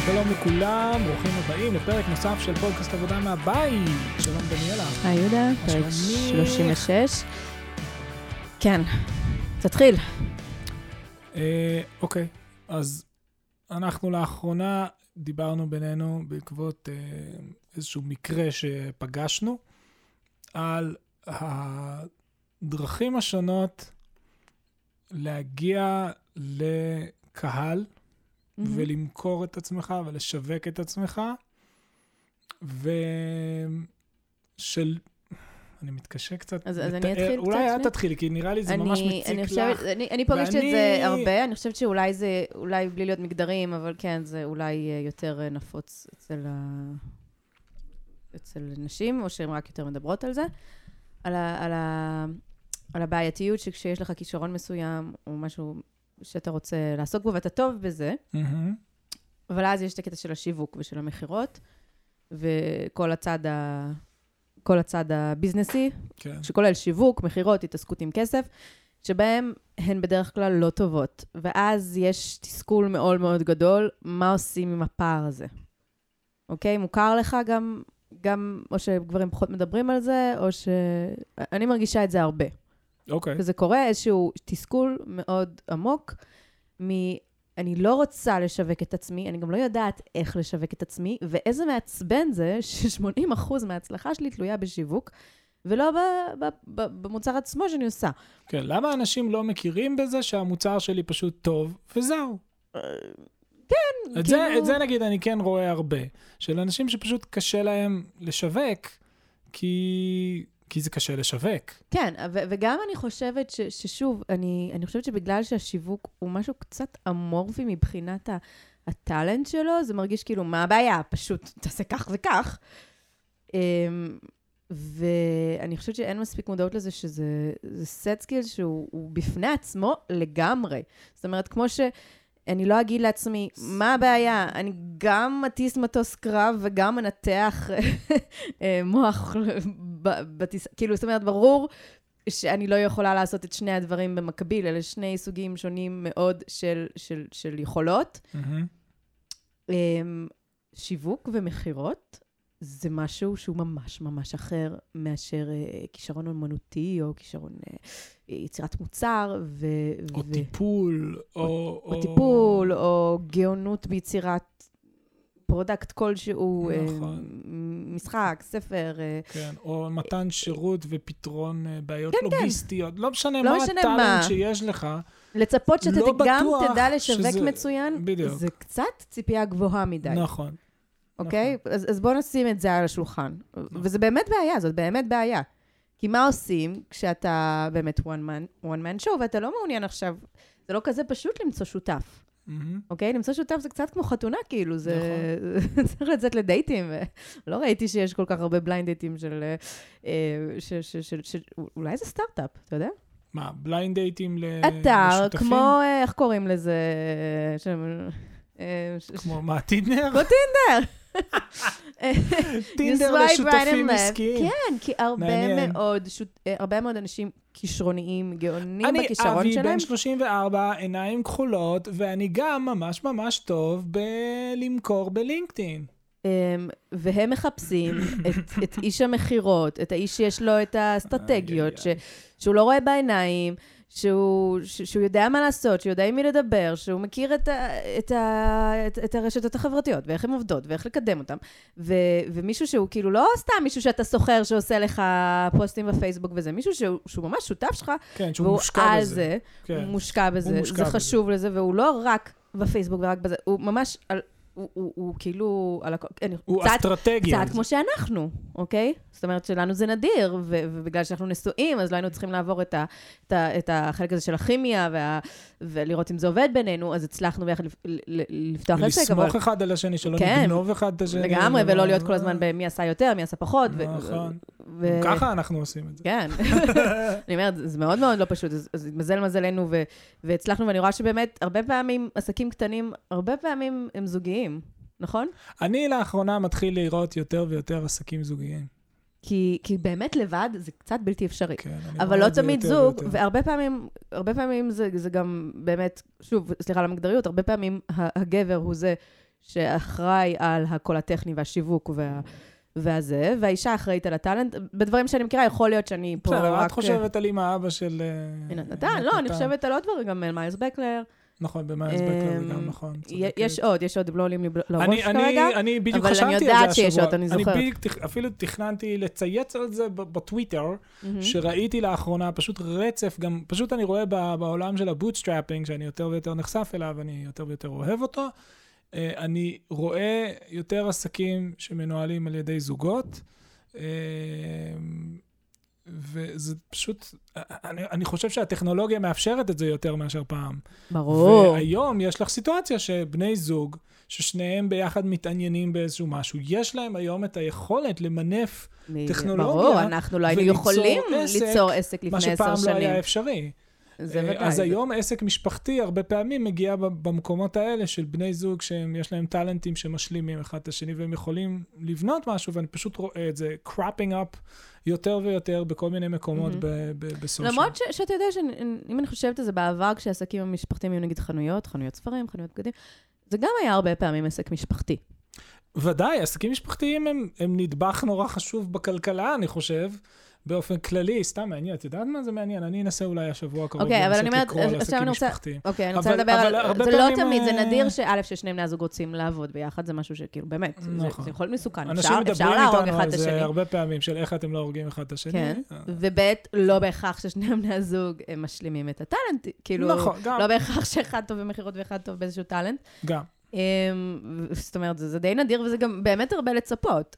שלום לכולם, ברוכים הבאים לפרק נוסף של פודקאסט עבודה מהבית. שלום דניאלה. היי יהודה, פרק 36. כן, תתחיל. אוקיי, אז אנחנו לאחרונה דיברנו בינינו בעקבות איזשהו מקרה שפגשנו על הדרכים השונות להגיע לקהל ולמכור את עצמך ולשווק את עצמך, אני מתקשה קצת אז אני אתחיל אולי את תתחילי, כי נראה לי זה ממש מציק לך. אני פוגשת את זה הרבה, אני חושבת שאולי זה, אולי בלי להיות מגדרים, אבל כן, זה אולי יותר נפוץ אצל נשים, או שהן רק יותר מדברות על זה, על הבעייתיות שכשיש לך כישרון מסוים, או משהו שאתה רוצה לעסוק בו, ואתה טוב בזה, אבל אז יש את הקטע של השיווק ושל המחירות, וכל הצד הביזנסי, שכולל שיווק, מחירות, התעסקות עם כסף, שבהם הן בדרך כלל לא טובות. ואז יש תסכול מאוד מאוד גדול, מה עושים עם הפער הזה. אוקיי? מוכר לך גם או שגברים פחות מדברים על זה, או אני מרגישה את זה הרבה. אוקיי. וזה קורה איזשהו תסכול מאוד עמוק, אני לא רוצה לשווק את עצמי, אני גם לא יודעת איך לשווק את עצמי, ואיזה מעצבן זה ש80% מההצלחה שלי תלויה בשיווק, ולא במוצר עצמו שאני עושה. כן, למה אנשים לא מכירים בזה שהמוצר שלי פשוט טוב וזהו? כן, את זה נגיד אני כן רואה הרבה, של אנשים שפשוט קשה להם לשווק, כי זה קשה לשווק. כן, וגם אני חושבת ששוב, אני חושבת שבגלל שהשיווק הוא משהו קצת אמורפי מבחינת הטלנט שלו, זה מרגיש כאילו, מה הבעיה? פשוט תעשה כך וכך. ואני חושבת שאין מספיק מודעות לזה שזה סט סקיל שהוא בפני עצמו לגמרי. זאת אומרת, כמו אני לא אגיד לעצמי, מה הבעיה? אני גם מטיס מטוס קרב וגם מנתח מוח בטיסה. כאילו, זאת אומרת, ברור שאני לא יכולה לעשות את שני הדברים במקביל, אלה שני סוגים שונים מאוד של יכולות. שיווק ומחירות זה משהו שהוא ממש ממש אחר מאשר כישרון אומנותי או כישרון יצירת מוצר או טיפול או טיפול או גאונות ביצירת פרודקט כלשהו, משחק, ספר. כן, או מתן שירות ופתרון בעיות לוגיסטיות. לא משנה מה הטלנט שיש לך. לצפות שאתה גם תדע לשווק מצוין, זה קצת ציפייה גבוהה מדי. נכון. אוקיי? אז בואו נשים את זה על השולחן. וזה באמת בעיה, זאת באמת בעיה. כי מה עושים כשאתה באמת one man show, ואתה לא מעוניין עכשיו, זה לא כזה פשוט למצוא שותף. אוקיי? למצוא שותף זה קצת כמו חתונה, כאילו, זה צריך לצאת לדייטים, ולא ראיתי שיש כל כך הרבה בליינד דייטים אולי זה סטארט-אפ, אתה יודע? מה, בליינד דייטים לשותפים? אתר, כמו, איך קוראים לזה? כמו מה, טינדר? כמו טינדר! טינדר לשותפים עסקיים. כן, כי הרבה מאוד אנשים כישרוניים, גאונים בכישרון שלהם. אני אבי בן 34, עיניים כחולות, ואני גם ממש ממש טוב בלמכור בלינקדאין. והם מחפשים את איש המחירות, את האיש שיש לו את האסטרטגיות, שהוא לא רואה בעיניים, שהוא יודע מה לעשות, שהוא יודע עם מי לדבר, שהוא מכיר את הרשתות החברתיות, ואיך הן עובדות, ואיך לקדם אותן. ומישהו שהוא כאילו לא סתם מישהו שאתה סוחר שעושה לך פוסטים בפייסבוק וזה, מישהו שהוא ממש שותף שלך, כן, שהוא מושקע בזה. הוא מושקע בזה, זה חשוב לזה, והוא לא רק בפייסבוק ורק בזה, הוא ממש הוא כאילו, הוא אסטרטגיה. קצת כמו שאנחנו, אוקיי? זאת אומרת שלנו זה נדיר, ובגלל שאנחנו נשואים, אז לא היינו צריכים לעבור את החלק הזה של הכימיה, ולראות אם זה עובד בינינו, אז הצלחנו ביחד לפתוח עסק. ולסמוך אחד על השני, שלא נגנוב אחד את השני. לגמרי, ולא להיות כל הזמן במי עשה יותר, מי עשה פחות. נכון. ככה אנחנו עושים את זה. כן. אני אומרת, זה מאוד מאוד לא פשוט, אז התמזל מזלנו, והצלחנו, ואני רואה שבאמת, הרבה פעמים, עסקים קטנים, הרבה פעמים הם זוגיים, נכון? אני לאחרונה מתחיל לראות יותר ויותר עסקים זוגיים. כי באמת לבד זה קצת בלתי אפשרי. אבל לא תמיד זוג, והרבה פעמים זה גם באמת, שוב, סליחה על המגדריות, הרבה פעמים הגבר הוא זה שאחראי על הקול הטכני והשיווק והזה, והאישה אחראית על הטלנט. בדברים שאני מכירה, יכול להיות שאני פה רק... בסדר, את חושבת על אמא אבא של... לא, אני חושבת על עוד דברים, גם מיילס בקלר. נכון, במיילס בקלר זה גם נכון. יש עוד, הם לא עולים לי לראש כרגע. אני בדיוק חשבתי על זה השבוע. אבל אני יודעת שיש עוד, אני זוכרת. אני אפילו תכננתי לצייץ על זה בטוויטר, שראיתי לאחרונה פשוט רצף, גם פשוט אני רואה בעולם של הבוטסטראפינג, שאני יותר ויותר נחשף אליו, אני יותר ויותר אוהב אותו. אני רואה יותר עסקים שמנוהלים על ידי זוגות, וזה פשוט, אני חושב שהטכנולוגיה מאפשרת את זה יותר מאשר פעם. ברור. והיום יש לך סיטואציה שבני זוג, ששניהם ביחד מתעניינים באיזשהו משהו, יש להם היום את היכולת למנף טכנולוגיה, ברור, אנחנו לא היינו יכולים ליצור עסק לפני 10 שנים. מה שפעם לא היה אפשרי. אז היום עסק משפחתי הרבה פעמים מגיע במקומות האלה של בני זוג שיש להם טלנטים שמשלימים אחד את השני, והם יכולים לבנות משהו, ואני פשוט רואה את זה cropping up יותר ויותר בכל מיני מקומות בסושיאל. למרות שאתה יודע שאם אני חושבת על זה בעבר, כשהעסקים המשפחתיים היו נגיד חנויות ספרים, חנויות בגדים, זה גם היה הרבה פעמים עסק משפחתי. ודאי, עסקים משפחתיים הם נדבך נורא חשוב בכלכלה, אני חושב. באופן כללי, סתם מעניין, את יודעת מה זה מעניין? אני אנסה אולי השבוע הקרוב. אוקיי, אבל אני אומרת, עכשיו אני רוצה לדבר על, זה לא תמיד, זה נדיר ששני בני הזוג רוצים לעבוד ביחד, זה משהו שכאילו, באמת, זה יכול להיות מסוכן, אפשר להרוג אחד את השני. זה הרבה פעמים של איך אתם לא הורגים אחד את השני. כן, ובית, לא בהכרח ששני בני הזוג משלימים את הטלנט, כאילו, לא בהכרח שאחד טוב במחירות ואחד טוב באיזשהו טלנט. גם. זאת אומרת, זה די נדיר, וזה גם באמת הרבה לצפות.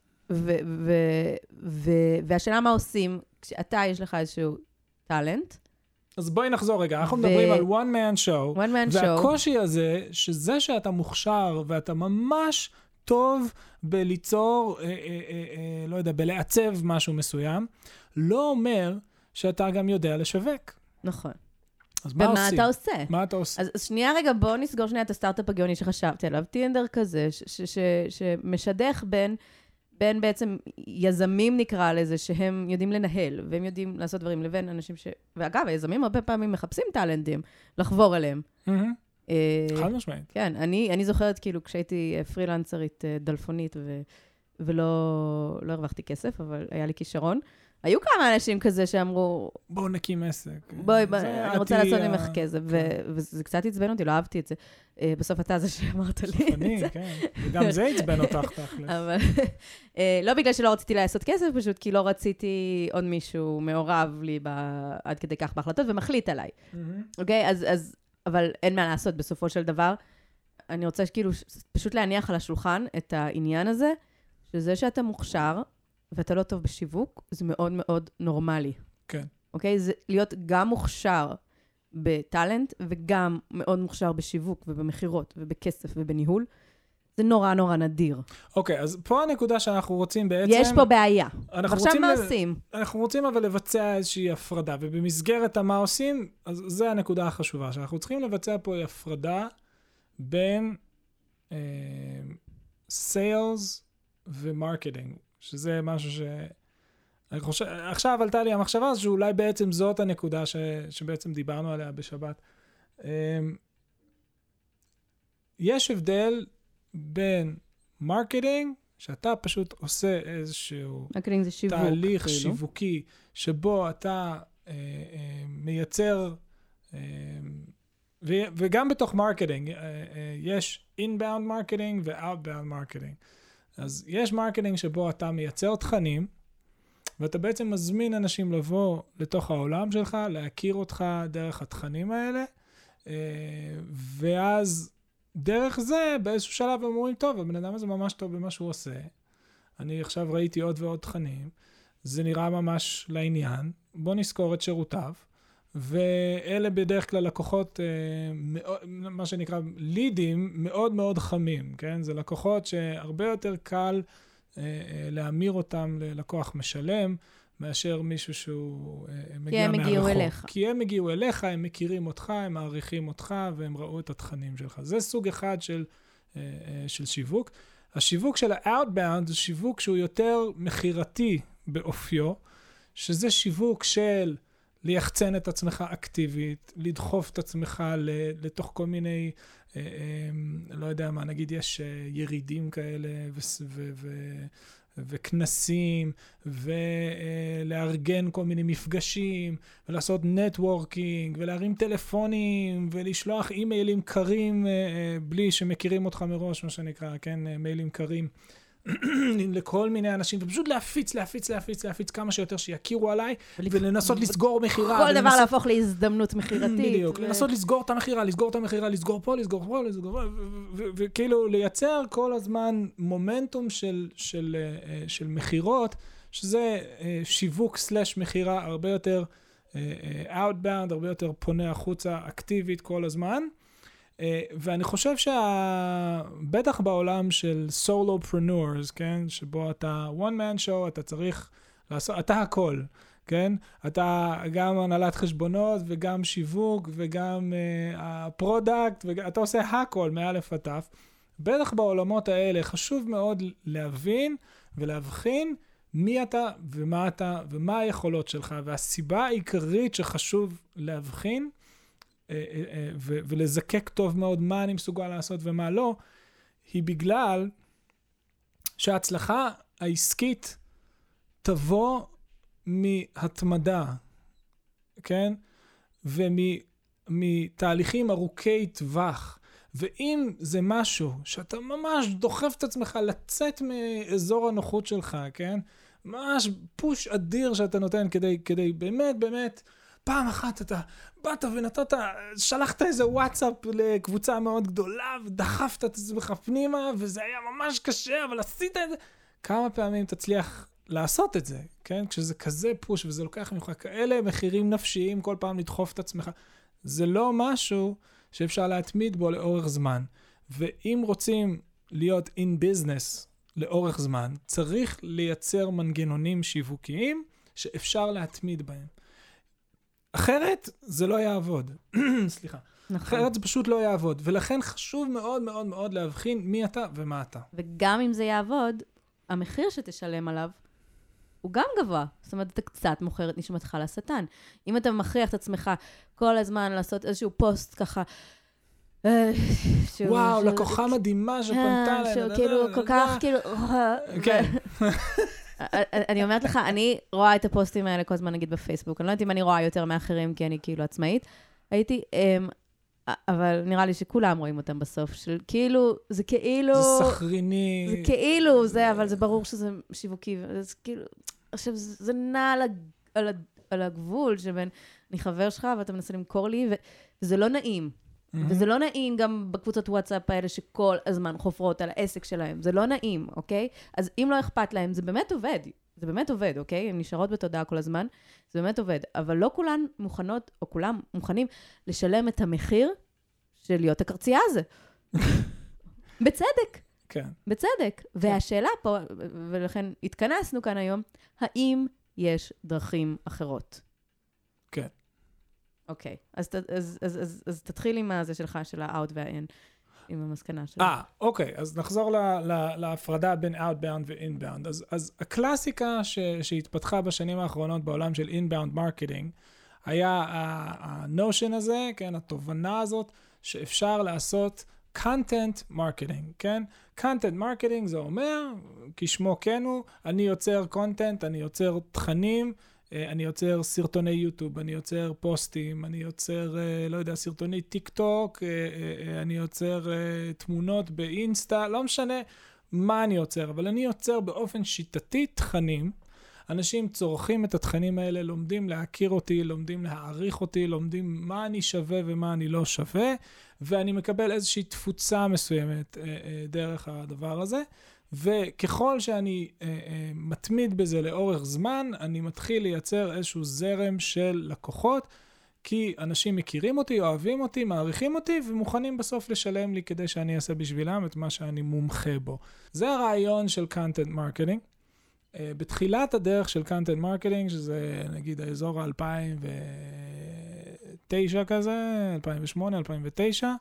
והשאלה מה עושים, כשאתה יש לך איזשהו טלנט. אז בואי נחזור רגע, אנחנו מדברים על one man show, והקושי הזה, שזה שאתה מוכשר, ואתה ממש טוב בליצור, לא יודע, בלעצב משהו מסוים, לא אומר שאתה גם יודע לשווק. נכון. אז מה עושים? אתה עושה? מה אתה עושה? אז שנייה רגע, בוא נסגור שנייה את הסטארט-אפ הגאוני שחשבתי עליו, טינדר כזה, שמשדך בין בעצם יזמים נקרא לזה, שהם יודעים לנהל, והם יודעים לעשות דברים, לבין אנשים ואגב, היזמים הרבה פעמים מחפשים טלנטים, לחבור אליהם. חד משמעית. כן, אני זוכרת כאילו כשהייתי פרילנסרית דלפונית, ולא הרווחתי כסף, אבל היה לי כישרון. היו כמה אנשים כזה שאמרו... בואו נקים עסק. אני רוצה לעשות ממך כסף, וזה קצת עצבן אותי, לא אהבתי את זה. בסוף אתה זה שאמרת לי את זה. כן, וגם זה עצבן אותך תכלס. אבל לא בגלל שלא רציתי לעשות כסף, פשוט כי לא רציתי עוד מישהו מעורב לי עד כדי כך בהחלטות, ומחליט עליי. אוקיי? אז, אבל אין מה לעשות בסופו של דבר. אני רוצה כאילו פשוט להניח על השולחן את העניין הזה, שזה שאתה מוכשר, ואתה לא טוב בשיווק, זה מאוד מאוד נורמלי. כן. אוקיי? זה להיות גם מוכשר בטלנט, וגם מאוד מוכשר בשיווק, ובמחירות, ובכסף, ובניהול. זה נורא נורא נדיר. אוקיי, אז פה הנקודה שאנחנו רוצים בעצם... יש פה בעיה. עכשיו מה עושים? אנחנו רוצים אבל לבצע איזושהי הפרדה, ובמסגרת מה עושים, אז זה הנקודה החשובה, שאנחנו צריכים לבצע פה הפרדה בין סיילס ומרקטינג. שזה משהו אני חושב, עכשיו עלתה לי המחשבה, שאולי בעצם זאת הנקודה שבעצם דיברנו עליה בשבת. יש הבדל בין מרקטינג, שאתה פשוט עושה איזשהו תהליך שיווקי, שבו אתה מייצר, וגם בתוך מרקטינג, יש inbound מרקטינג ו-outbound מרקטינג. אז יש מרקטינג שבו אתה מייצר תכנים, ואתה בעצם מזמין אנשים לבוא לתוך העולם שלך, להכיר אותך דרך התכנים האלה, ואז דרך זה באיזשהו שלב אומרים, טוב, הבן אדם הזה ממש טוב במה שהוא עושה, אני עכשיו ראיתי עוד ועוד תכנים, זה נראה ממש לעניין, בוא נזכור את שירותיו, ואלה בדרך כלל לקוחות, מה שנקרא לידים, מאוד מאוד חמים, כן? זה לקוחות שהרבה יותר קל להמיר אותם ללקוח משלם, מאשר מישהו שהוא מגיע מהרחוב. כי הם הגיעו אליך. כי הם הגיעו אליך, הם מכירים אותך, הם מעריכים אותך, והם ראו את התכנים שלך. זה סוג אחד של שיווק. השיווק של ה-outbound זה שיווק שהוא יותר מחירתי באופיו, שזה שיווק של ליחצן את עצמך אקטיבית, לדחוף את עצמך לתוך כל מיני, לא יודע מה, נגיד יש ירידים כאלה וכנסים, ולארגן כל מיני מפגשים, ולעשות נטוורקינג, ולהרים טלפונים, ולשלוח אימיילים קרים, בלי שמכירים אותך מראש, מה שנקרא, כן, מיילים קרים, לכל מיני אנשים, ופשוט להפיץ כמה שיותר שיכירו עליי, ולנסות לסגור מחירה. כל דבר להפוך להזדמנות מחירתית. בדיוק, לנסות לסגור את המחירה, לסגור פה, וכאילו לייצר כל הזמן מומנטום של מחירות, שזה שיווק סלש מחירה הרבה יותר outbound, הרבה יותר פונה החוצה, אקטיבית כל הזמן. ואני חושב בטח בעולם של solopreneurs, כן? שבו אתה one man show, אתה צריך לעשות, אתה הכל, כן? אתה גם הנהלת חשבונות וגם שיווק וגם הפרודקט, אתה עושה הכל מאלף עד תף. בטח בעולמות האלה חשוב מאוד להבין ולהבחין מי אתה ומה היכולות שלך, והסיבה העיקרית שחשוב להבחין, ולזקק טוב מאוד מה אני מסוגל לעשות ומה לא, היא בגלל שההצלחה העסקית תבוא מהתמדה, כן? ומתהליכים ארוכי טווח. ואם זה משהו שאתה ממש דוחף את עצמך לצאת מאזור הנוחות שלך, כן? ממש פוש אדיר שאתה נותן כדי באמת, פעם אחת אתה באת ונתת, שלחת איזה וואטסאפ לקבוצה מאוד גדולה, ודחפת את עצמך פנימה, וזה היה ממש קשה, אבל עשית את זה. כמה פעמים תצליח לעשות את זה, כן? כשזה כזה פוש, וזה לוקח ממך כאלה מחירים נפשיים, כל פעם לדחוף את עצמך. זה לא משהו שאפשר להתמיד בו לאורך זמן. ואם רוצים להיות in business לאורך זמן, צריך לייצר מנגנונים שיווקיים שאפשר להתמיד בהם. אחרת זה לא יעבוד. סליחה. נכון. אחרת זה פשוט לא יעבוד. ולכן חשוב מאוד מאוד מאוד להבחין מי אתה ומה אתה. וגם אם זה יעבוד, המחיר שתשלם עליו הוא גם גבוה. זאת אומרת, אתה קצת מוכר את נשמתך לשטן. אם אתה מכריח את עצמך כל הזמן לעשות איזשהו פוסט ככה, וואו, לקוחה מדהימה שפנתה להם. שהוא כאילו כל כך, כאילו... כן. אני אומרת לך, אני רואה את הפוסטים האלה כל הזמן, נגיד בפייסבוק. אני לא יודעת אם אני רואה יותר מאחרים, כי אני כאילו עצמאית. הייתי, אבל נראה לי שכולם רואים אותם בסוף, של כאילו, זה כאילו... זה סחריני. זה כאילו זה, אבל זה ברור שזה שיווקי. זה כאילו, עכשיו, זה נע על הגבול שבין, אני חבר שלך, ואתה מנסה למכור לי, וזה לא נעים. וזה לא נעים גם בקבוצות וואטסאפ האלה שכל הזמן חופרות על העסק שלהם. זה לא נעים, אוקיי? אז אם לא אכפת להם, זה באמת עובד. זה באמת עובד, אוקיי? הן נשארות בתודעה כל הזמן. זה באמת עובד. אבל לא כולן מוכנות, או כולם מוכנים לשלם את המחיר של להיות הקרצייה הזה. בצדק. כן. בצדק. והשאלה פה, ולכן התכנסנו כאן היום, האם יש דרכים אחרות? כן. אוקיי, אז תתחיל עם הזה שלך, של ה-out וה-in, עם המסקנה שלך. אוקיי, אז נחזור להפרדה בין outbound ו-inbound. אז הקלאסיקה שהתפתחה בשנים האחרונות בעולם של inbound marketing, היה הנושן הזה, כן, התובנה הזאת, שאפשר לעשות content marketing, כן? content marketing זה אומר, כשמו כן הוא, אני יוצר content, אני יוצר תכנים, אני יוצר סרטוני יוטיוב, אני יוצר פוסטים, אני יוצר, לא יודע, סרטוני טיק טוק, אני יוצר תמונות באינסטה, לא משנה מה אני יוצר, אבל אני יוצר באופן שיטתי תכנים. אנשים צורכים את התכנים האלה, לומדים להכיר אותי, לומדים להעריך אותי, לומדים מה אני שווה ומה אני לא שווה, ואני מקבל איזושהי תפוצה מסוימת דרך הדבר הזה. וככל שאני מתמיד בזה לאורך זמן, אני מתחיל לייצר איזשהו זרם של לקוחות, כי אנשים מכירים אותי, אוהבים אותי, מעריכים אותי, ומוכנים בסוף לשלם לי כדי שאני אעשה בשבילם את מה שאני מומחה בו. זה הרעיון של content marketing. בתחילת הדרך של content marketing, שזה נגיד האזור ה-2009 כזה, 2008, 2009,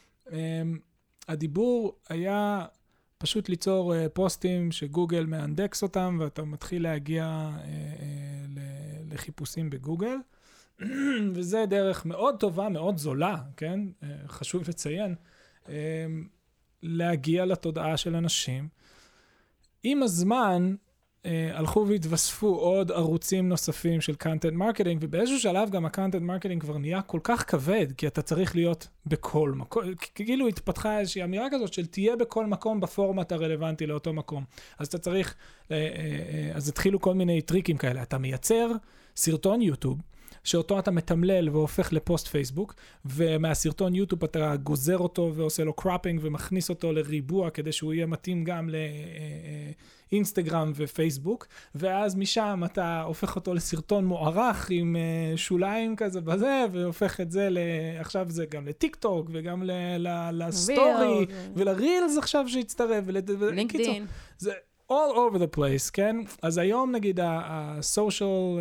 הדיבור היה פשוט ליצור פוסטים שגוגל מאנדקס אותם, ואתה מתחיל להגיע לחיפושים בגוגל. וזה דרך מאוד טובה, מאוד זולה, כן? חשוב לציין. להגיע לתודעה של אנשים. עם הזמן, הלכו והתווספו עוד ערוצים נוספים של content marketing, ובאיזשהו שלב גם ה-content marketing כבר נהיה כל כך כבד, כי אתה צריך להיות בכל מקום. כאילו התפתחה איזושהי אמירה כזאת של תהיה בכל מקום בפורמט הרלוונטי לאותו מקום. אז אתה צריך, אז התחילו כל מיני טריקים כאלה. אתה מייצר סרטון יוטיוב, שאותו אתה מתמלל והופך לפוסט פייסבוק, ומהסרטון יוטיוב אתה גוזר אותו ועושה לו קראפינג ומכניס אותו לריבוע כדי שהוא יהיה מתאים גם לאינסטגרם ופייסבוק, ואז משם אתה הופך אותו לסרטון מוערך עם שוליים כזה בזה, והופך את זה עכשיו זה גם לטיק טוק וגם לסטורי ולרילס עכשיו שהצטרף. לינקדין. זה all over the place, כן? אז היום נגיד הסושיאל,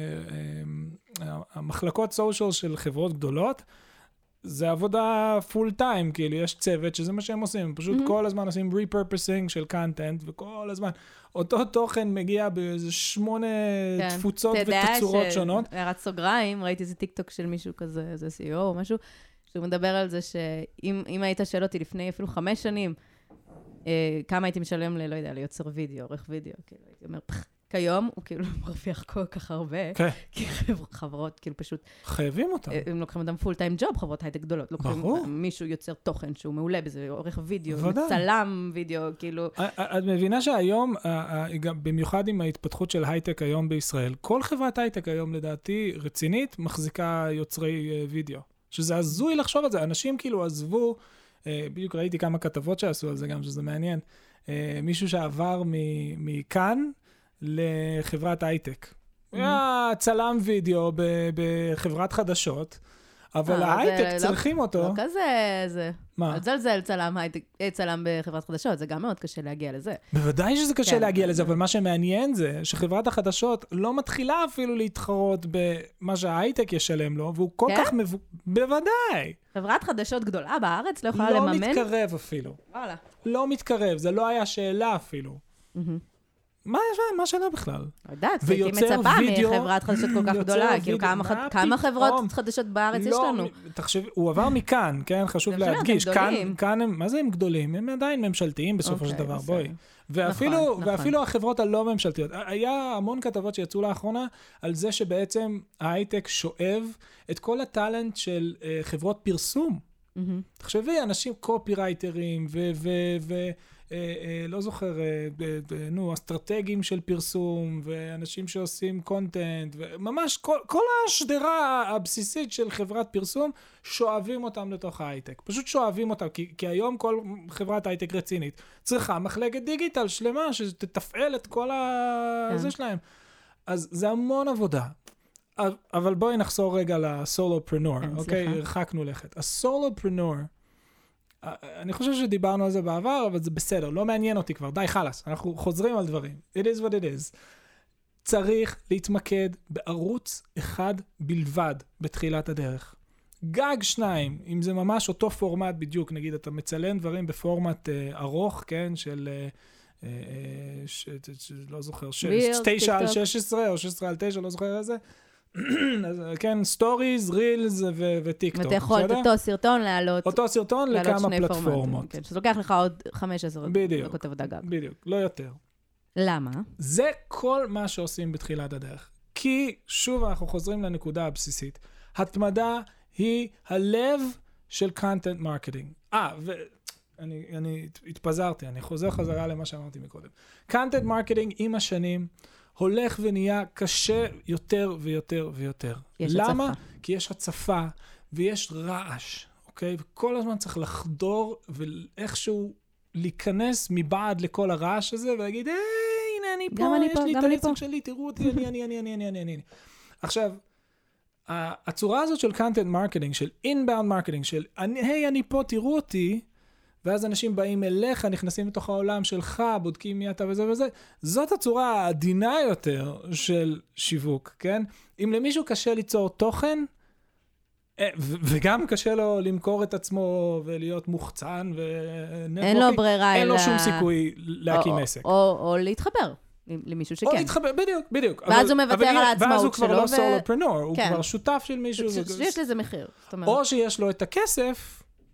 המחלקות סושיאל של חברות גדולות, זה עבודה פול טיים, כאילו יש צוות שזה מה שהם עושים, הם פשוט כל הזמן עושים repurposing של content, וכל הזמן אותו תוכן מגיע באיזה 8 תפוצות ותצורות שונות. הערת סוגריים, ראיתי איזה טיק טוק של מישהו כזה, זה CEO או משהו, שהוא מדבר על זה שאם היית שואל אותי לפני אפילו 5 שנים, כמה הייתי משלם לא יודע, ליוצר וידאו, עורך וידאו, כאילו, הייתי אומר, כיום הוא כאילו מרוויח כל כך הרבה, כי חברות כאילו פשוט... חייבים אותם. הם לוקחים אותם פול טיים ג'וב, חברות הייטק גדולות. לוקחים מישהו יוצר תוכן שהוא מעולה בזה, עורך וידאו, צלם וידאו, כאילו... את מבינה שהיום, במיוחד עם ההתפתחות של הייטק היום בישראל, כל חברת הייטק היום לדעתי רצינית, מחזיקה יוצרי וידאו. שזה הזוי לחשוב על זה. אנשים כאילו עזבו, בדיוק ראיתי כמה כתבות שעשו על זה גם, שזה מעניין. מישהו שעבר מכאן, לחברת הייטק. צלם וידאו בחברת חדשות, אבל ההייטק צריכים אותו. לא כזה, זה. מה? זה צלם בחברת חדשות, זה גם מאוד קשה להגיע לזה. בוודאי שזה קשה להגיע לזה, אבל מה שמעניין זה שחברת החדשות לא מתחילה אפילו להתחרות במה שההייטק ישלם לו, והוא כל כך בוודאי. חברת חדשות גדולה בארץ לא יכולה לממן? לא מתקרב אפילו. וואלה. לא מתקרב, זה לא היה שאלה אפילו. מה השאלה בכלל? יודעת, הייתי מצפה מחברת חדשות כל כך גדולה, כאילו כמה חברות חדשות בארץ יש לנו? תחשב, הוא עבר מכאן, כן? חשוב להדגיש, כאן הם, מה זה הם גדולים? הם עדיין ממשלתיים בסופו של דבר, בואי. ואפילו החברות הלא ממשלתיות. היה המון כתבות שיצאו לאחרונה על זה שבעצם ההייטק שואב את כל הטלנט של חברות פרסום. תחשבי, אנשים קופירייטרים לא זוכר, אסטרטגים של פרסום, ואנשים שעושים קונטנט, וממש כל השדרה הבסיסית של חברת פרסום, שואבים אותם לתוך ההייטק. פשוט שואבים אותם, כי היום כל חברת הייטק רצינית צריכה מחלקת דיגיטל שלמה, שתתפעל את כל הזה שלהם. אז זה המון עבודה. אבל בואי נחזור רגע לסולופרנור, אוקיי? הרחקנו לכת. הסולופרנור, אני חושב שדיברנו על זה בעבר, אבל זה בסדר, לא מעניין אותי כבר, די חלס, אנחנו חוזרים על דברים. It is what it is. צריך להתמקד בערוץ אחד בלבד בתחילת הדרך. גג 2, אם זה ממש אותו פורמט בדיוק, נגיד אתה מצלם דברים בפורמט ארוך, כן, של, לא זוכר, 9 על 16 או 16 על 9, לא זוכר איזה, כן, סטוריז, רילס וטיק-טוק. ואתה יכול את אותו סרטון להעלות. אותו סרטון לכמה פלטפורמות. שזה לוקח לך עוד 15 דקות עבודה גג. בדיוק, לא יותר. למה? זה כל מה שעושים בתחילת הדרך. כי, שוב אנחנו חוזרים לנקודה הבסיסית. התמדה היא הלב של content marketing. ואני התפזרתי, אני חוזר חזרה למה שאמרתי מקודם. content marketing עם השנים, הולך ונהיה קשה יותר ויותר ויותר. למה? הצפה. כי יש הצפה ויש רעש, אוקיי? וכל הזמן צריך לחדור ואיכשהו להיכנס מבעד לכל הרעש הזה ולהגיד, הנה אני פה, יש לי את העסק שלי, תראו אותי, אני. עכשיו, הצורה הזאת של content marketing, של inbound marketing, של אני פה, תראו אותי, ואז אנשים באים אליך, נכנסים לתוך העולם שלך, בודקים מי אתה וזה וזה. זאת הצורה העדינה יותר של שיווק, כן? אם למישהו קשה ליצור תוכן, וגם קשה לו למכור את עצמו ולהיות מוחצן ונטוורקינג, אין לו ברירה, אין לו שום סיכוי להקים עסק. או להתחבר למישהו שכן. או להתחבר, בדיוק. ואז הוא מוותר על העצמאות שלו. ואז הוא כבר לא סולופרנור, הוא כבר שותף של מישהו. יש לזה מחיר. או שיש לו את הכסף,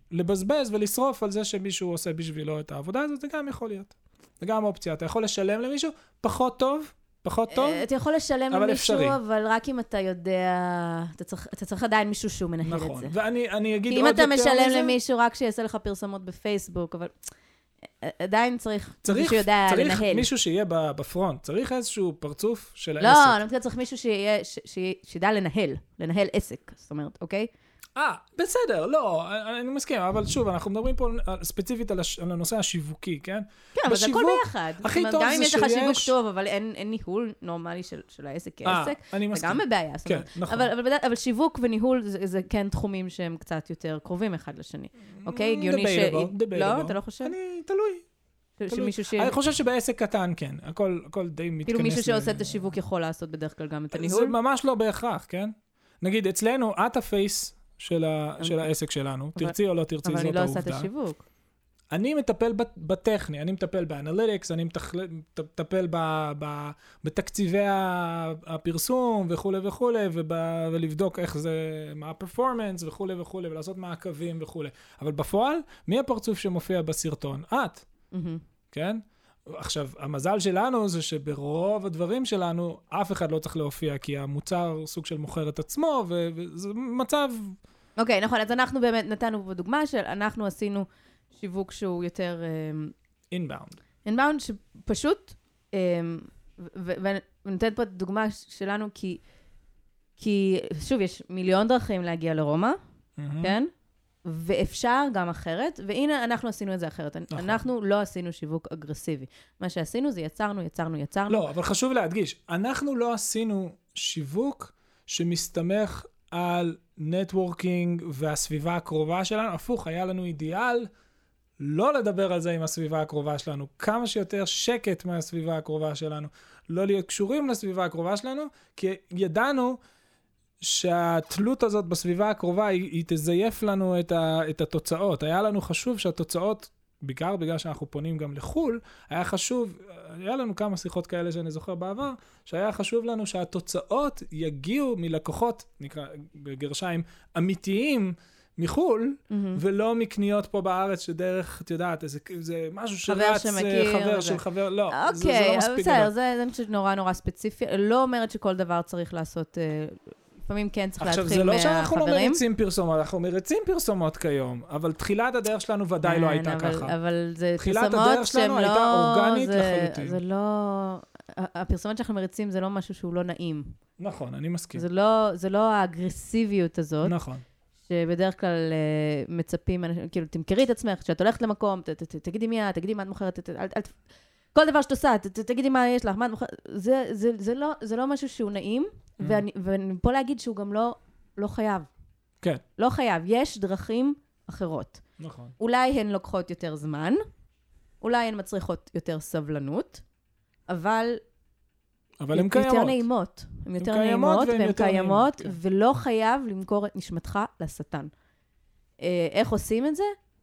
לבזבז ולשרוף על זה שמישהו עושה בשבילו את העבודה הזאת, זה גם יכול להיות. זה גם אופציה. אתה יכול לשלם למישהו פחות טוב, אתה יכול לשלם למישהו, אבל רק אם אתה יודע, אתה צריך עדיין מישהו שהוא מנהל את זה. נכון, ואני אגיד עוד אם יותר אתה מזה... משלם למישהו רק שיעשה לך פרסומות בפייסבוק, אבל עדיין צריך מישהו יודע לנהל. צריך מישהו שיהיה בפרונט, צריך איזשהו פרצוף של העסק. לא, אני מתכוונת צריך מישהו שידע לנהל עסק, זאת אומרת, אוקיי? בסדר, לא, אני מסכים, אבל שוב, אנחנו מדברים פה ספציפית על הנושא השיווקי, כן? כן, אבל זה הכל ביחד. הכי טוב גם אם זה יש לך שיש... שיווק טוב, אבל אין ניהול נורמלי של העסק כעסק, זה גם בבעיה. כן, נכון. אבל שיווק וניהול זה כן תחומים שהם קצת יותר קרובים אחד לשני. אוקיי? הגיוני ש... לא, אתה לא חושב? תלוי. אני חושב שבעסק קטן, כן. הכל די מתכנס... כאילו מישהו שעושה את השיווק יכול לעשות בדרך כלל גם את הניהול? זה ממש לא בהכרח, כן? נגיד, אצלנו, את הפייס של העסק שלנו, תרצי או לא תרצי, זאת העובדה. אבל אני לא עושה את השיווק. אני מטפל בטכני, אני מטפל באנליטיקס, אני מטפל בתקציבי הפרסום וכו' וכו', ולבדוק איך זה, מה הפרפורמנס וכו' וכו', ולעשות מעקבים וכו'. אבל בפועל, מי הפרצוף שמופיע בסרטון? את. כן? עכשיו, המזל שלנו זה שברוב הדברים שלנו, אף אחד לא צריך להופיע, כי המוצר סוג של מוכר את עצמו, וזה מצב... אוקיי, נכון, אז אנחנו באמת נתנו בדוגמה של, אנחנו עשינו שיווק שהוא יותר... inbound, שפשוט, ונותנת פה דוגמה שלנו, כי שוב, יש מיליון דרכים להגיע לרומא, כן? ואפשר גם אחרת, והנה אנחנו עשינו את זה אחרת. אנחנו לא עשינו שיווק אגרסיבי. מה שעשינו זה יצרנו. לא, אבל חשוב להדגיש, אנחנו לא עשינו שיווק שמסתמך על נטוורקינג והסביבה הקרובה שלנו. הפוך, היה לנו אידיאל לא לדבר על זה עם הסביבה הקרובה שלנו. כמה שיותר שקט מהסביבה הקרובה שלנו. לא להיות קשורים לסביבה הקרובה שלנו, כי ידענו שהתלות הזאת בסביבה הקרובה היא תזייף לנו את התוצאות. היה לנו חשוב שהתוצאות, בעיקר בגלל שאנחנו פונים גם לחול, היה לנו כמה שיחות כאלה שאני זוכר בעבר, שהיה חשוב לנו שהתוצאות יגיעו מלקוחות, נקרא בגרשיים, אמיתיים מחול, ולא מקניות פה בארץ שדרך, את יודעת, זה משהו שרץ, חבר של חבר, לא, זה לא מספיק. בסדר, זה פשוט נורא ספציפי. לא אומרת שכל דבר צריך לעשות... לפעמים כן צריך להתחיל מהחברים. עכשיו, זה לא שאנחנו לא מריצים פרסומות, אנחנו מריצים פרסומות כיום, אבל תחילת הדרך שלנו ודאי לא הייתה ככה. אבל זה תחילת הדרך שלנו הייתה אורגנית לחלוטין. זה לא... הפרסומות שאנחנו מריצים זה לא משהו שהוא לא נעים. נכון, אני מסכים. זה לא האגרסיביות הזאת. נכון. שבדרך כלל מצפים, כאילו, תמכרי את עצמך, כשאת הולכת למקום, תגידי מי את, תגידי מה את מוכרת, כל דבר שאת עושה, תגידי מה יש לך, מה את מוכרת, זה לא משהו שהוא נעים, ואני פה להגיד שהוא גם לא חייב. כן. לא חייב, יש דרכים אחרות. נכון. אולי הן לוקחות יותר זמן, אולי הן מצריכות יותר סבלנות, אבל הן קיימות. יותר נעימות. הן יותר נעימות, והן קיימות, ולא חייב למכור את נשמתך לשטן. איך עושים את זה?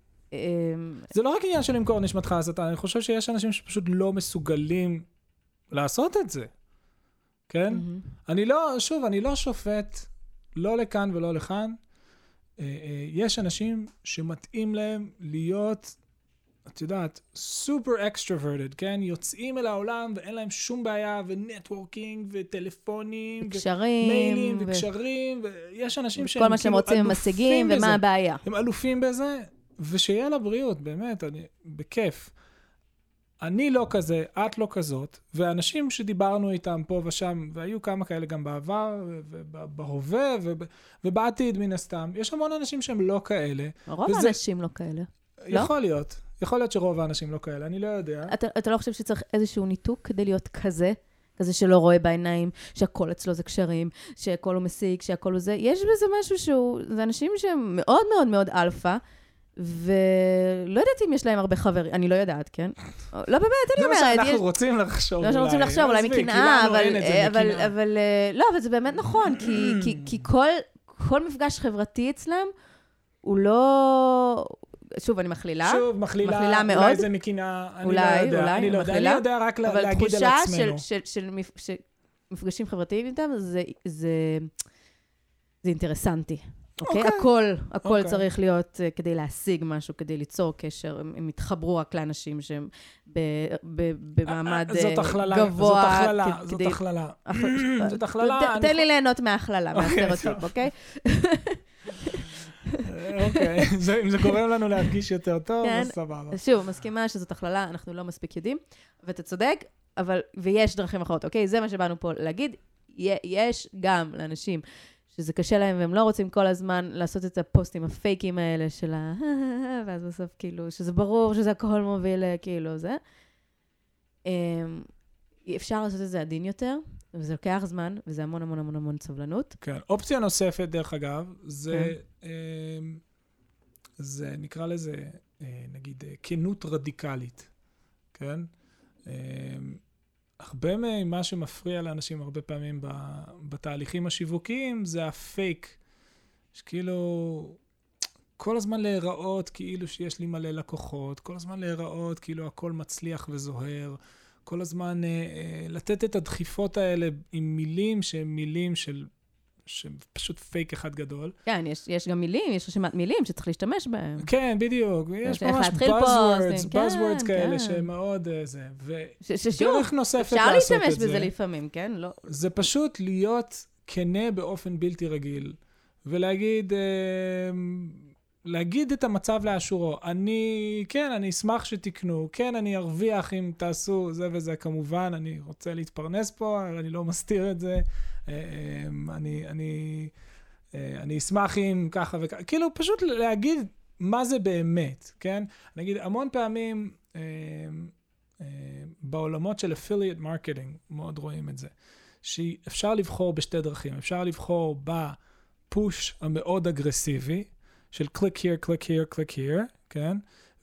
זה לא רק עניין של למכור נשמתך לשטן, אני חושב שיש אנשים שפשוט לא מסוגלים לעשות את זה. כן? אני לא שופט, לא לכאן ולא לכאן. יש אנשים שמתאים להם להיות, את יודעת, סופר אקסטרוורטד, כן? יוצאים אל העולם ואין להם שום בעיה, ונטוורקינג, וטלפונים, ומיילים, וקשרים, ויש אנשים שהם כל מה שהם רוצים הם משיגים, ומה הבעיה? הם אלופים בזה, ושיהיה לבריאות, באמת, בכיף. אני לא כזה, את לא כזאת, ואנשים שדיברנו איתם פה ושם, והיו כמה כאלה גם בעבר, ובהווה, ובעתיד מן הסתם, יש המון אנשים שהם לא כאלה. רוב האנשים לא כאלה. יכול להיות. יכול להיות שרוב האנשים לא כאלה, אני לא יודע. אתה לא חושב שצריך איזשהו ניתוק כדי להיות כזה שלא רואה בעיניים, שהכל אצלו זה קשרים, שהכל הוא משיג, שהכל הוא זה. יש בזה משהו זה אנשים שהם מאוד מאוד מאוד אלפא, ולא יודעת אם יש להם הרבה חברים, אני לא יודעת, כן? לא, באמת, אני אומרת. זה מה שאנחנו רוצים לחשוב אולי. זה מה שאנחנו רוצים לחשוב, אולי מקנאה, אבל לא, אבל זה באמת נכון, כי כל מפגש חברתי אצלם, הוא לא... שוב, אני מכלילה. שוב, מכלילה מאוד. אולי זה מקנאה, אני לא יודע. אני יודע רק להגיד על עצמנו. אבל תחושה של מפגשים חברתיים איתם, זה אינטרסנטי. אוקיי? הכל צריך להיות כדי להשיג משהו, כדי ליצור קשר. הם יתחברו רק לאנשים שהם במעמד גבוה. זאת הכללה. זאת הכללה. תן לי ליהנות מההכללה, מהסטריאוטיפ, אוקיי? אוקיי, אם זה גורם לנו להרגיש יותר טוב, אז סבבה. שוב, מסכימה שזאת הכללה, אנחנו לא מספיק יודעים, ואתה צודק, ויש דרכים אחרות, אוקיי? זה מה שבאנו פה להגיד. יש גם לאנשים שזה קשה להם, והם לא רוצים כל הזמן לעשות את הפוסטים הפייקים האלה של ואז בסוף כאילו, שזה ברור שזה הכל מוביל כאילו זה. אפשר לעשות את זה עדין יותר, וזה לוקח זמן, וזה המון המון המון המון סבלנות. כן. אופציה נוספת, דרך אגב, זה נקרא לזה, נגיד, כנות רדיקלית. כן? הרבה ממה שמפריע לאנשים הרבה פעמים בתהליכים השיווקיים, זה הפייק. שכאילו, כל הזמן להיראות כאילו שיש לי מלא לקוחות, כל הזמן להיראות כאילו הכל מצליח וזוהר, כל הזמן לתת את הדחיפות האלה עם מילים שהן מילים שפשוט פייק אחד גדול. כן, יש גם מילים, יש רשימת מילים שצריך להשתמש בהם. כן, בדיוק. יש ממש buzzwords כאלה שמאוד זה. ודרך נוספת לעשות את זה. אפשר להשתמש בזה לפעמים, כן? זה פשוט להיות כנה באופן בלתי רגיל, ולהגיד את המצב לאשורו. אני אשמח שתקנו, כן, אני ארוויח אם תעשו זה וזה, כמובן, אני רוצה להתפרנס פה, אני לא מסתיר את זה. אני אשמח אם ככה וככה, כאילו פשוט להגיד מה זה באמת, כן? נגיד, המון פעמים בעולמות של affiliate marketing, מאוד רואים את זה, שאפשר לבחור בשתי דרכים, אפשר לבחור בפוש המאוד אגרסיבי, של click here, click here, click here, כן?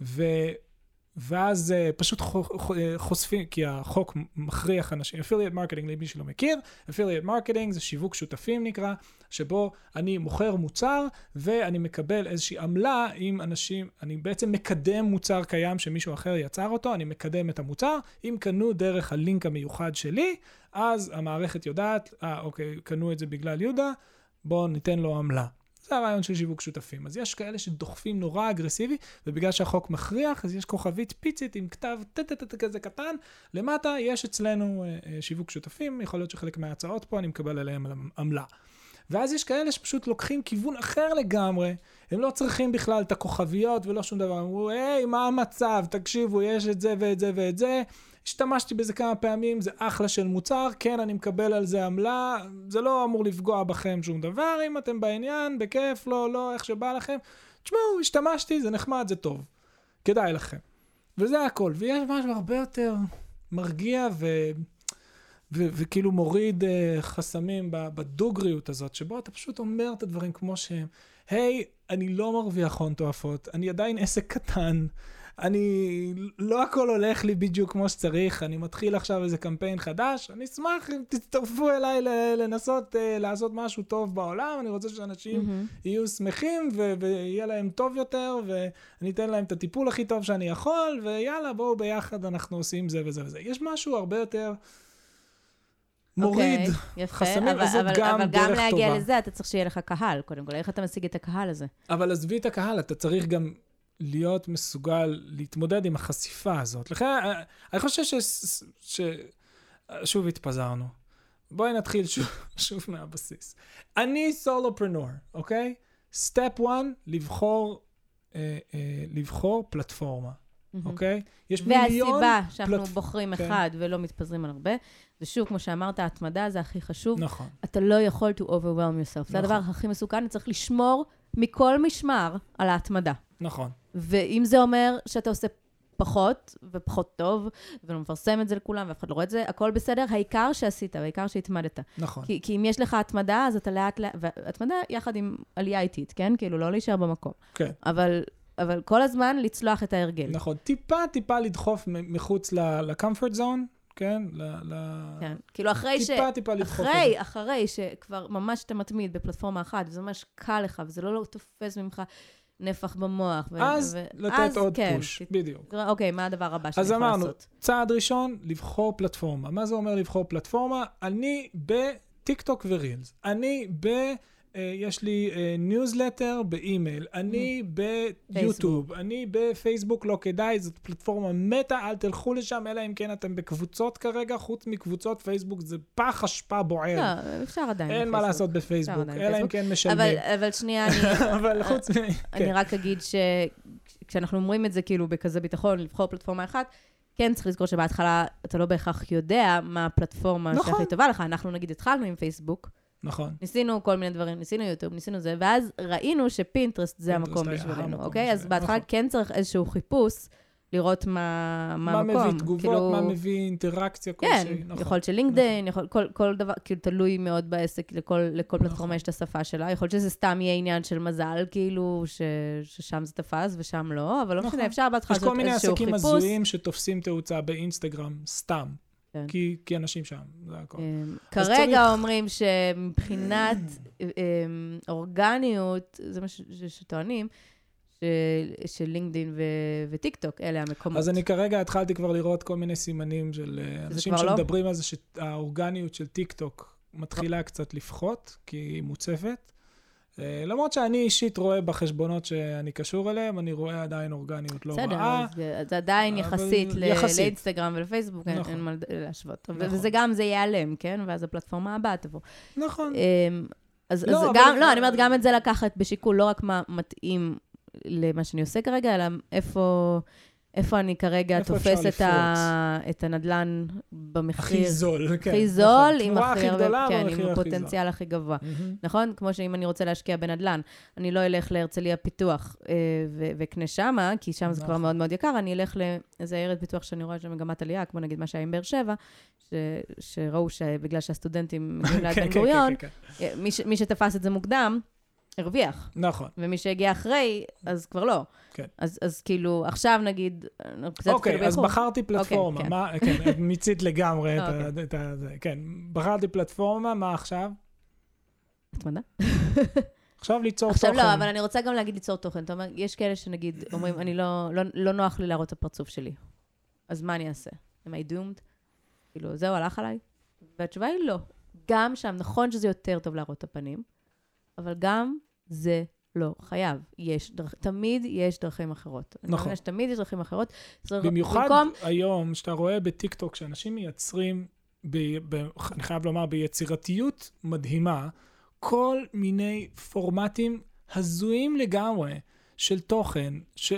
ואז פשוט חושפים, כי החוק מכריח אנשים, affiliate marketing, למי שלא מכיר, affiliate marketing זה שיווק שותפים נקרא, שבו אני מוכר מוצר, ואני מקבל איזושהי עמלה עם אנשים, אני בעצם מקדם מוצר קיים שמישהו אחר יצר אותו, אני מקדם את המוצר, אם קנו דרך הלינק המיוחד שלי, אז המערכת יודעת, אוקיי, קנו את זה בגלל יהודה, בואו ניתן לו עמלה. זה הרעיון של שיווק שותפים. אז יש כאלה שדוחפים נורא אגרסיבי, ובגלל שהחוק מכריח, אז יש כוכבית פיצית עם כתב כזה קטן. למטה יש אצלנו שיווק שותפים, יכול להיות שחלק מההצעות פה אני מקבל עליהם עמלה. ואז יש כאלה שפשוט לוקחים כיוון אחר לגמרי, הם לא צריכים בכלל את הכוכביות ולא שום דבר. הם אומרים, היי, מה המצב? תקשיבו, יש את זה ואת זה ואת זה. השתמשתי בזה כמה פעמים, זה אחלה של מוצר, כן, אני מקבל על זה עמלה, זה לא אמור לפגוע בכם שום דבר, אם אתם בעניין, בכיף, לא, איך שבא לכם. תשמעו, השתמשתי, זה נחמד, זה טוב. כדאי לכם. וזה הכל. ויש משהו הרבה יותר מרגיע וכאילו מוריד חסמים בדוגריות הזאת, שבו אתה פשוט אומר את הדברים כמו שהם. היי, אני לא מרוויח הון תועפות, אני עדיין עסק קטן, לא הכל הולך לי בדיוק כמו שצריך, אני מתחיל עכשיו איזה קמפיין חדש, אני אשמח אם תצטרפו אליי לנסות לעשות משהו טוב בעולם, אני רוצה שאנשים יהיו שמחים ויהיה להם טוב יותר, ואני אתן להם את הטיפול הכי טוב שאני יכול, ויאללה, בואו ביחד אנחנו עושים זה וזה וזה. יש משהו הרבה יותר מוריד חסמים, וזאת גם דרך טובה. אבל גם להגיע לזה, אתה צריך שיהיה לך קהל, קודם כל, איך אתה משיג את הקהל הזה? אבל עזבי את הקהל, אתה צריך גם להיות מסוגל להתמודד עם החשיפה הזאת. לכן, אני חושב שוב התפזרנו. בואי נתחיל שוב מהבסיס. אני סולופרנור, אוקיי? סטפ 1, לבחור פלטפורמה, אוקיי? יש מיליון... והסיבה שאנחנו בוחרים אחד ולא מתפזרים על הרבה, זה שוב, כמו שאמרת, ההתמדה זה הכי חשוב. נכון. אתה לא יכול to overwhelm yourself. זה הדבר הכי מסוכן, צריך לשמור מכל משמר על ההתמדה. נכון. ואם זה אומר שאתה עושה פחות ופחות טוב, ולא מפרסם את זה לכולם, ואף אחד לא רואה את זה, הכל בסדר, העיקר שעשית, העיקר שהתמדת. נכון. כי אם יש לך התמדה, אז אתה לאט, והתמדה יחד עם עלייה איטית, כן? כאילו, לא להישאר במקום. כן. אבל כל הזמן לצלוח את ההרגל. נכון. טיפה לדחוף מחוץ ל-comfort zone, כן? כן. כאילו, אחרי שכבר ממש אתה מתמיד בפלטפורמה אחת, וזה ממש קל לך, וזה לא תופס ממך נפח במוח. אז לתת עוד פוש, בדיוק. אוקיי, מה הדבר הבא שאני יכול לעשות? אז אמרנו, צעד ראשון, לבחור פלטפורמה. מה זה אומר לבחור פלטפורמה? אני בטיקטוק ורילס. אני יש לי ניוזלטר באימייל, אני ביוטיוב, אני בפייסבוק, לא כדאי, זאת פלטפורמה מטה, אל תלכו לשם, אלא אם כן אתם בקבוצות כרגע, חוץ מקבוצות פייסבוק, זה פח אשפה בוער. לא, אפשר עדיין. אין מה לעשות בפייסבוק, אלא אם כן משלמים. אבל שנייה, אני רק אגיד שכשאנחנו אומרים את זה כאילו בכזה ביטחון, לבחור פלטפורמה אחת, כן צריך לזכור שבהתחלה אתה לא בהכרח יודע מה הפלטפורמה שהכי טובה לך. אנחנו נגיד התחלנו עם פייסבוק. נכון. ניסינו כל מיני דברים, ניסינו יוטיוב, ניסינו זה, ואז ראינו שפינטרסט זה המקום בשבילנו, אוקיי? אז בהתחלה כן צריך איזשהו חיפוש, לראות מה המקום. מה מביא תגובות, מה מביא אינטראקציה כלשהי. כן, יכול להיות שלינקדאין, כל דבר, כאילו תלוי מאוד בעסק, לכל פלטפורמה יש את השפה שלה. יכול להיות שזה סתם יהיה עניין של מזל, כאילו, ששם זה תפס ושם לא, אבל לא משנה, אפשר בהתחלה לעשות איזשהו חיפוש. יש כל מיני עסקים הזויים שתופסים תאוצה באינסטגרם, סתם. כי אנשים שם, זה הכל. כרגע אומרים שמבחינת אורגניות, זה מה שטוענים, של לינקדין וטיק טוק, אלה המקומות. אז אני כרגע התחלתי כבר לראות כל מיני סימנים של אנשים שמדברים על זה שהאורגניות של טיק טוק מתחילה קצת לפחות, כי היא מוצפת. למרות שאני אישית רואה בחשבונות שאני קשור אליהם, אני רואה עדיין אורגניות לא רעה. בסדר, זה עדיין יחסית לאינסטגרם ולפייסבוק, אין מה להשוות. וזה גם, זה ייעלם, כן? ואז הפלטפורמה הבאה תבוא. נכון. אז גם, לא, אני אומרת, גם את זה לקחת בשיקול, לא רק מה מתאים למה שאני עושה כרגע, אלא איפה אני כרגע תופס את הנדלן במחיר. הכי זול, כן. הכי זול, עם הפוטנציאל הכי גבוה. נכון? כמו שאם אני רוצה להשקיע בנדלן, אני לא אלך להרצליה פיתוח וקנה שמה, כי שם זה כבר מאוד מאוד יקר, אני אלך לאיזה עיירת פיתוח שאני רואה שמגמת עלייה, כמו נגיד מה שהיה עם באר שבע, שראו שבגלל שהסטודנטים מגיעים ליד בן גוריון, מי שתפס את זה מוקדם, הרוויח. נכון. ומי שהגיע אחרי, אז כבר לא. כן. אז כאילו, עכשיו נגיד, אוקיי, אז בחרתי פלטפורמה. כן, מיצית לגמרי את זה. כן, בחרתי פלטפורמה, מה עכשיו? התמדה. עכשיו ליצור תוכן. עכשיו לא, אבל אני רוצה גם להגיד ליצור תוכן. אתה אומר, יש כאלה שנגיד, אומרים, אני לא נוח לי להראות את הפרצוף שלי. אז מה אני אעשה? am I doomed? כאילו, זהו, הלך עליי? והתשובה היא לא. גם שם, נכון שזה יותר טוב להראות את הפנים, אבל גם זה לא חייב. תמיד יש דרכים אחרות. נכון. תמיד יש דרכים אחרות. במיוחד היום, שאתה רואה בטיקטוק, שאנשים מייצרים, אני חייב לומר, ביצירתיות מדהימה, כל מיני פורמטים הזויים לגמרי של תוכן,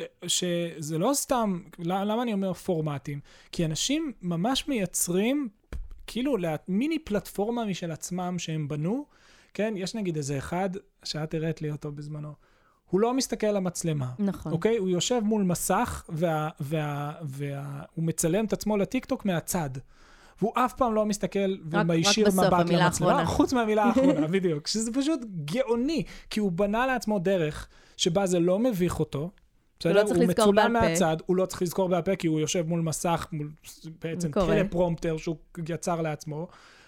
שזה לא סתם, למה אני אומר פורמטים? כי אנשים ממש מייצרים, כאילו, מיני פלטפורמה משל עצמם שהם בנו, כן, יש נגיד איזה אחד, שאת הראית לי אותו בזמנו, הוא לא מסתכל על המצלמה. נכון. אוקיי? הוא יושב מול מסך, והוא מצלם את עצמו לטיקטוק מהצד. והוא אף פעם לא מסתכל ומיישיר מבט למצלמה. חוץ מהמילה האחרונה, בדיוק. שזה פשוט גאוני, כי הוא בנה לעצמו דרך שבה זה לא מביך אותו, הוא מצולם מהצד, הוא לא צריך לזכור בהפה, כי הוא יושב מול מסך, מול בעצם טלפרומפטר שהוא יצר לעצמו,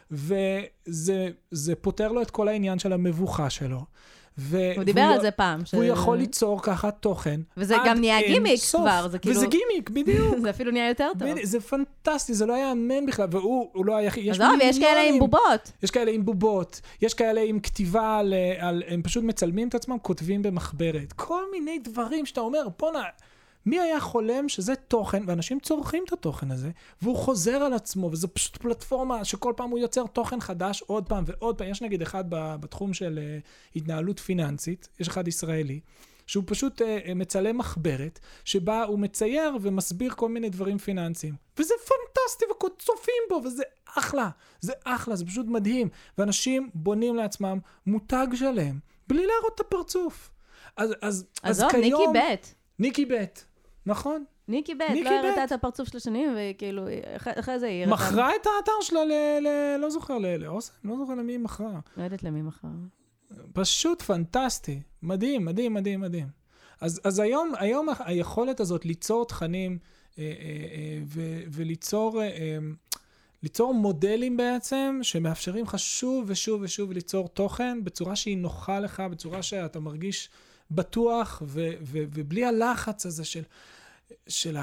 וזה פותר לו את כל העניין של המבוכה שלו. הוא דיבר על זה פעם. הוא יכול ליצור ככה תוכן. וזה גם נהיה גימיק כבר. וזה גימיק, בדיוק. זה אפילו נהיה יותר טוב. זה פנטסטי, זה לא היה אמן בכלל, והוא לא היה... אז לא, ויש כאלה עם בובות. יש כאלה עם בובות, יש כאלה עם כתיבה, הם פשוט מצלמים את עצמם, כותבים במחברת. כל מיני דברים שאתה אומר, פונה, מי היה חולם שזה תוכן, ואנשים צורכים את התוכן הזה, והוא חוזר על עצמו, וזו פשוט פלטפורמה שכל פעם הוא יוצר תוכן חדש עוד פעם ועוד פעם. יש נגיד אחד בתחום של התנהלות פיננסית, יש אחד ישראלי, שהוא פשוט מצלם מחברת, שבה הוא מצייר ומסביר כל מיני דברים פיננסיים. וזה פנטסטי, וצופים בו, וזה אחלה. זה אחלה, זה פשוט מדהים. ואנשים בונים לעצמם מותג שלהם, בלי להראות את הפרצוף. אז כיום... ניקי בית. נכון. ניקי בית, לא הראתה את הפרצוף של השנים, וכאילו, אחרי זה היא הראתה... מכרה את האתר שלה לא זוכר לאוסם, לא זוכר למי היא מכרה. לא יודעת למי מכרה. פשוט פנטסטי. מדהים, מדהים, מדהים, מדהים. אז היום היכולת הזאת ליצור תכנים, וליצור מודלים בעצם, שמאפשרים לך שוב ושוב ושוב ליצור תוכן, בצורה שהיא נוחה לך, בצורה שאתה מרגיש בטוח, ובלי הלחץ הזה של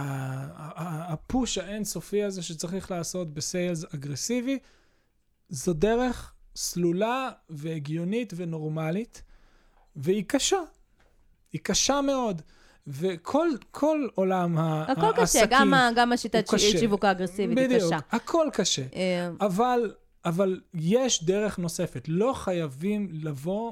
הפוש האינסופי הזה שצריך לעשות בסיילס אגרסיבי, זו דרך סלולה והגיונית ונורמלית, והיא קשה. היא קשה מאוד. וכל עולם העסקים הכל קשה, גם השיטת שיווק האגרסיבית היא קשה. בדיוק, הכל קשה. אבל יש דרך נוספת. לא חייבים לבוא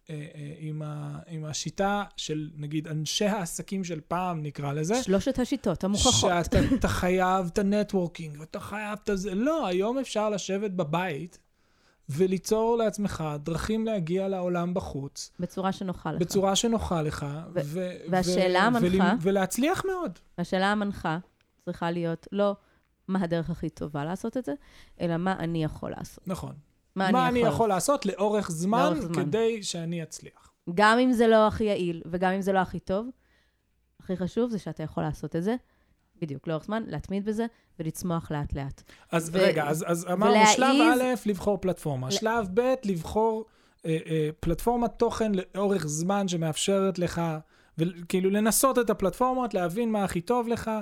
עם השיטה של, נגיד, אנשי העסקים של פעם, נקרא לזה. 3 השיטות המוכחות. שאתה חייב את הנטוורקינג, ואתה חייב את זה. לא, היום אפשר לשבת בבית, וליצור לעצמך דרכים להגיע לעולם בחוץ. בצורה שנוחה לך. בצורה שנוחה לך. והשאלה המנחה. ולהצליח מאוד. השאלה המנחה צריכה להיות לא מה הדרך הכי טובה לעשות את זה, אלא מה אני יכול לעשות. נכון. מה אני יכול לעשות לאורך זמן כדי שאני אצליח. גם אם זה לא הכי יעיל, וגם אם זה לא הכי טוב, הכי חשוב זה שאתה יכול לעשות את זה, בדיוק, לאורך זמן, להתמיד בזה, ולצמוח לאט לאט. אז רגע, אז אמרנו שלב א', לבחור פלטפורמה. שלב ב', לבחור פלטפורמת תוכן לאורך זמן שמאפשרת לך, וכאילו לנסות את הפלטפורמות, להבין מה הכי טוב לך,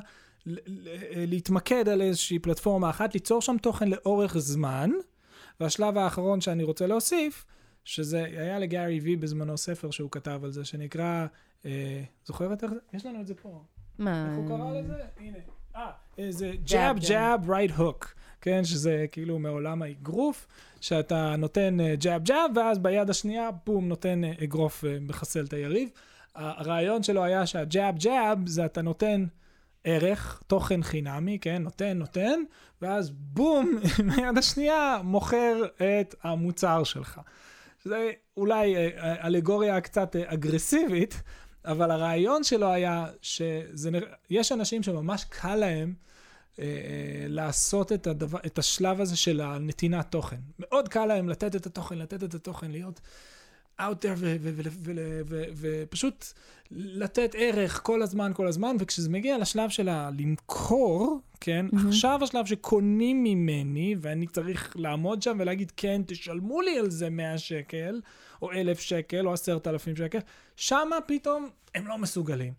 להתמקד על איזושהי פלטפורמה אחת, ליצור שם תוכן לאורך זמן, והשלב האחרון שאני רוצה להוסיף, שזה היה לגארי וי בזמנו ספר שהוא כתב על זה, שנקרא, זוכרת איך זה? יש לנו את זה פה. מה? איך הוא קרא לזה? הנה. זה jab, jab, right hook. כן, שזה כאילו מעולם האגרוף, שאתה נותן jab, jab, ואז ביד השנייה, בום, נותן אגרוף מחסל את היריב. הרעיון שלו היה שהג'אב, ג'אב, זה אתה נותן ערך, תוכן חינמי, כן, נותן, ואז בום, ביד השנייה, מוכר את המוצר שלך. זה אולי אלגוריה קצת אגרסיבית, אבל הרעיון שלו היה שיש אנשים שממש קל להם לעשות את השלב הזה של הנתינת תוכן. מאוד קל להם לתת את התוכן, להיות out there ופשוט לתת ערך כל הזמן, וכשזה מגיע לשלב של למכור, כן, עכשיו השלב שקונים ממני, ואני צריך לעמוד שם ולהגיד, כן, תשלמו לי על זה 100 שקל, או 1,000 שקל, או 10,000 שקל, שמה פתאום הם לא מסוגלים.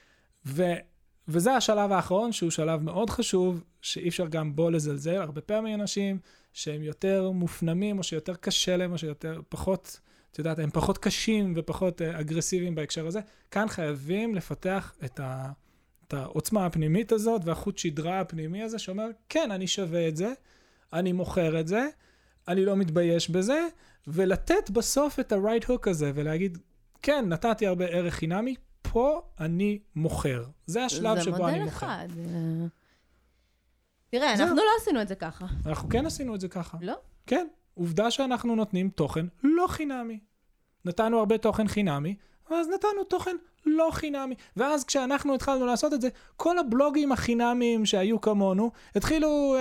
וזה השלב האחרון, שהוא שלב מאוד חשוב, שאי אפשר גם בו לזלזל. הרבה פעמים אנשים שהם יותר מופנמים, או שיותר קשה להם, או שיותר פחות, את יודעת, הם פחות קשים ופחות אגרסיביים בהקשר הזה. כאן חייבים לפתח את העוצמה הפנימית הזאת, והחוט שדרה הפנימי הזה, שאומר, כן, אני שווה את זה, אני מוכר את זה, אני לא מתבייש בזה, ולתת בסוף את ה-right hook הזה, ולהגיד, כן, נתתי הרבה ערך חינמי, פה אני מוכר. זה השלב שבו אני מוכר. זה מודל אחד. תראה, אנחנו לא עשינו את זה ככה. אנחנו כן עשינו את זה ככה. לא? כן. עובדה שאנחנו נותנים תוכן לא חינמי. נתנו הרבה תוכן חינמי, ואז נתנו תוכן לא חינמי. ואז כשאנחנו התחלנו לעשות את זה, כל הבלוגים החינמיים שהיו כמונו, התחילו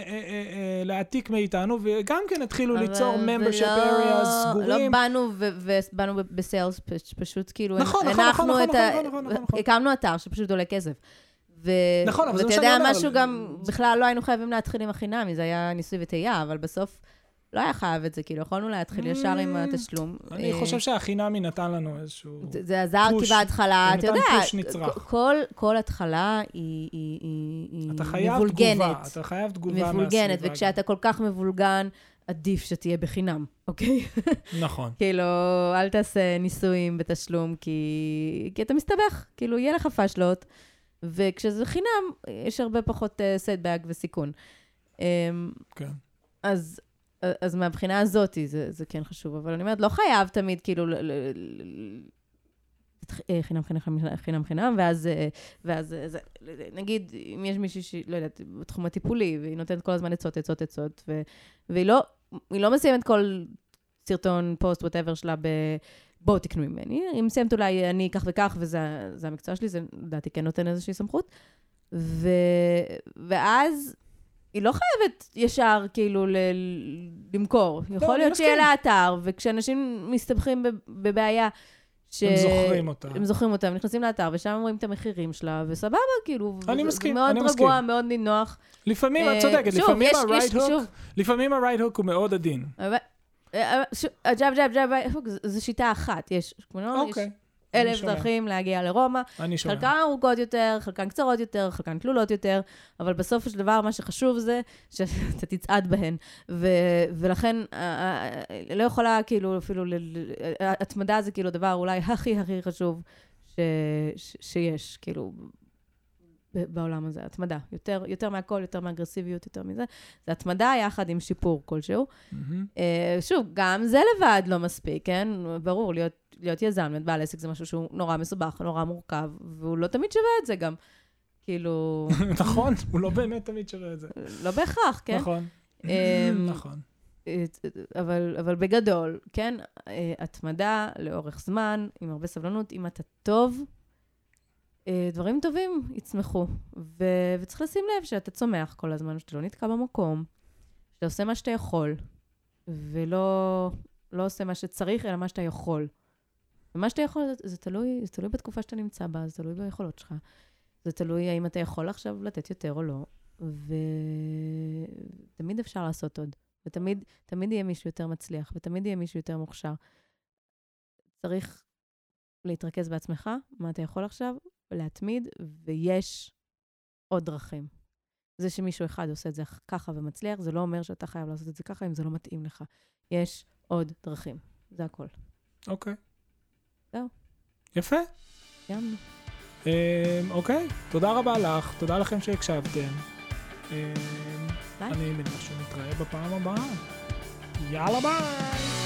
להעתיק מאיתנו, וגם כן התחילו ליצור membership areas סגורים. לא באנו בסיילס, פשוט כאילו, נכון. הקמנו אתר שפשוט עולה כסף. נכון, אבל זה מה ואתה שאני יודע, אומר. משהו גם, בכלל לא היינו חייבים להתחיל עם החינמי, זה היה ניסוי וטעייה, אבל בסוף לא היה חייב את זה, כאילו, יכולנו להתחיל ישר עם התשלום. אני חושב שהחינמי נתן לנו איזשהו זה עזר כי בהתחלה, אתה יודע, פוש נצרך. כל התחלה היא אתה חייב מבולגנת. תגובה, אתה חייב תגובה מבולגנת, וכשאתה כל כך מבולגן, עדיף שתהיה בחינם, אוקיי? נכון. כאילו, אל תעשה ניסויים בתשלום, כי אתה מסתבך, כאילו, יהיה לך פשלות, וכשזה חינם, יש הרבה פחות סטבק וסיכון. כן. אז מהבחינה הזאת, זה כן חשוב, אבל אני אומרת, לא חייב תמיד, כאילו, חינם, ואז נגיד, אם יש מישהי שלא יודעת, בתחום הטיפולי, והיא נותנת כל הזמן עצות, והיא לא מסיימת כל סרטון, פוסט, whatever שלה בואו תקנו ממני, היא מסיימת אולי אני כך וכך, וזה המקצוע שלי, זה לדעתי כן נותן איזושהי סמכות, ואז היא לא חייבת ישר כאילו למכור. יכול להיות שיהיה לה אתר, וכשאנשים מסתבכים בבעיה, הם זוכרים אותה. הם נכנסים לאתר, ושם אומרים את המחירים שלה, וסבבה, כאילו, אני מסכים. מאוד רגוע, מאוד נינוח. לפעמים, את צודקת, לפעמים ה-right hook הוא מאוד עדין. הג'אב, זו שיטה אחת. יש, אוקיי. אלף דרכים להגיע לרומא. חלקן ארוכות יותר, חלקן קצרות יותר, חלקן כלולות יותר, אבל בסוף של דבר מה שחשוב זה שאתה תצעד בהן. ולכן לא יכולה כאילו אפילו, התמדה זה כאילו דבר אולי הכי הכי חשוב שיש, כאילו, בעולם הזה, התמדה. יותר מהכל, יותר מאגרסיביות, יותר מזה. זה התמדה יחד עם שיפור כלשהו. שוב, גם זה לבד לא מספיק, כן? ברור, להיות יזם, בעל עסק זה משהו שהוא נורא מסובך, נורא מורכב, והוא לא תמיד שווה את זה גם. כאילו... נכון, הוא לא באמת תמיד שווה את זה. לא בהכרח, כן? נכון. נכון. אבל בגדול, כן? התמדה לאורך זמן, עם הרבה סבלנות, אם אתה טוב, דברים טובים יצמחו, וצריך לשים לב שאתה צומח כל הזמן, שאתה לא נתקע במקום, שאתה עושה מה שאתה יכול, ולא עושה מה שצריך, אלא מה שאתה יכול. ומה שאתה יכול, זה תלוי בתקופה שאתה נמצא בה, זה תלוי ביכולות שלך, זה תלוי האם אתה יכול עכשיו לתת יותר או לא, ותמיד אפשר לעשות עוד, ותמיד יהיה מישהו יותר מצליח, ותמיד יהיה מישהו יותר מוכשר. צריך להתרכז בעצמך, מה אתה יכול עכשיו, להתמיד, ויש עוד דרכים. זה שמישהו אחד עושה את זה ככה ומצליח, זה לא אומר שאתה חייב לעשות את זה ככה, אם זה לא מתאים לך. יש עוד דרכים. זה הכל. אוקיי. זהו. יפה. סיימנו. אוקיי. תודה רבה לך. תודה לכם שהקשבתם. ביי. אני מניח שנתראה בפעם הבאה. יאללה ביי!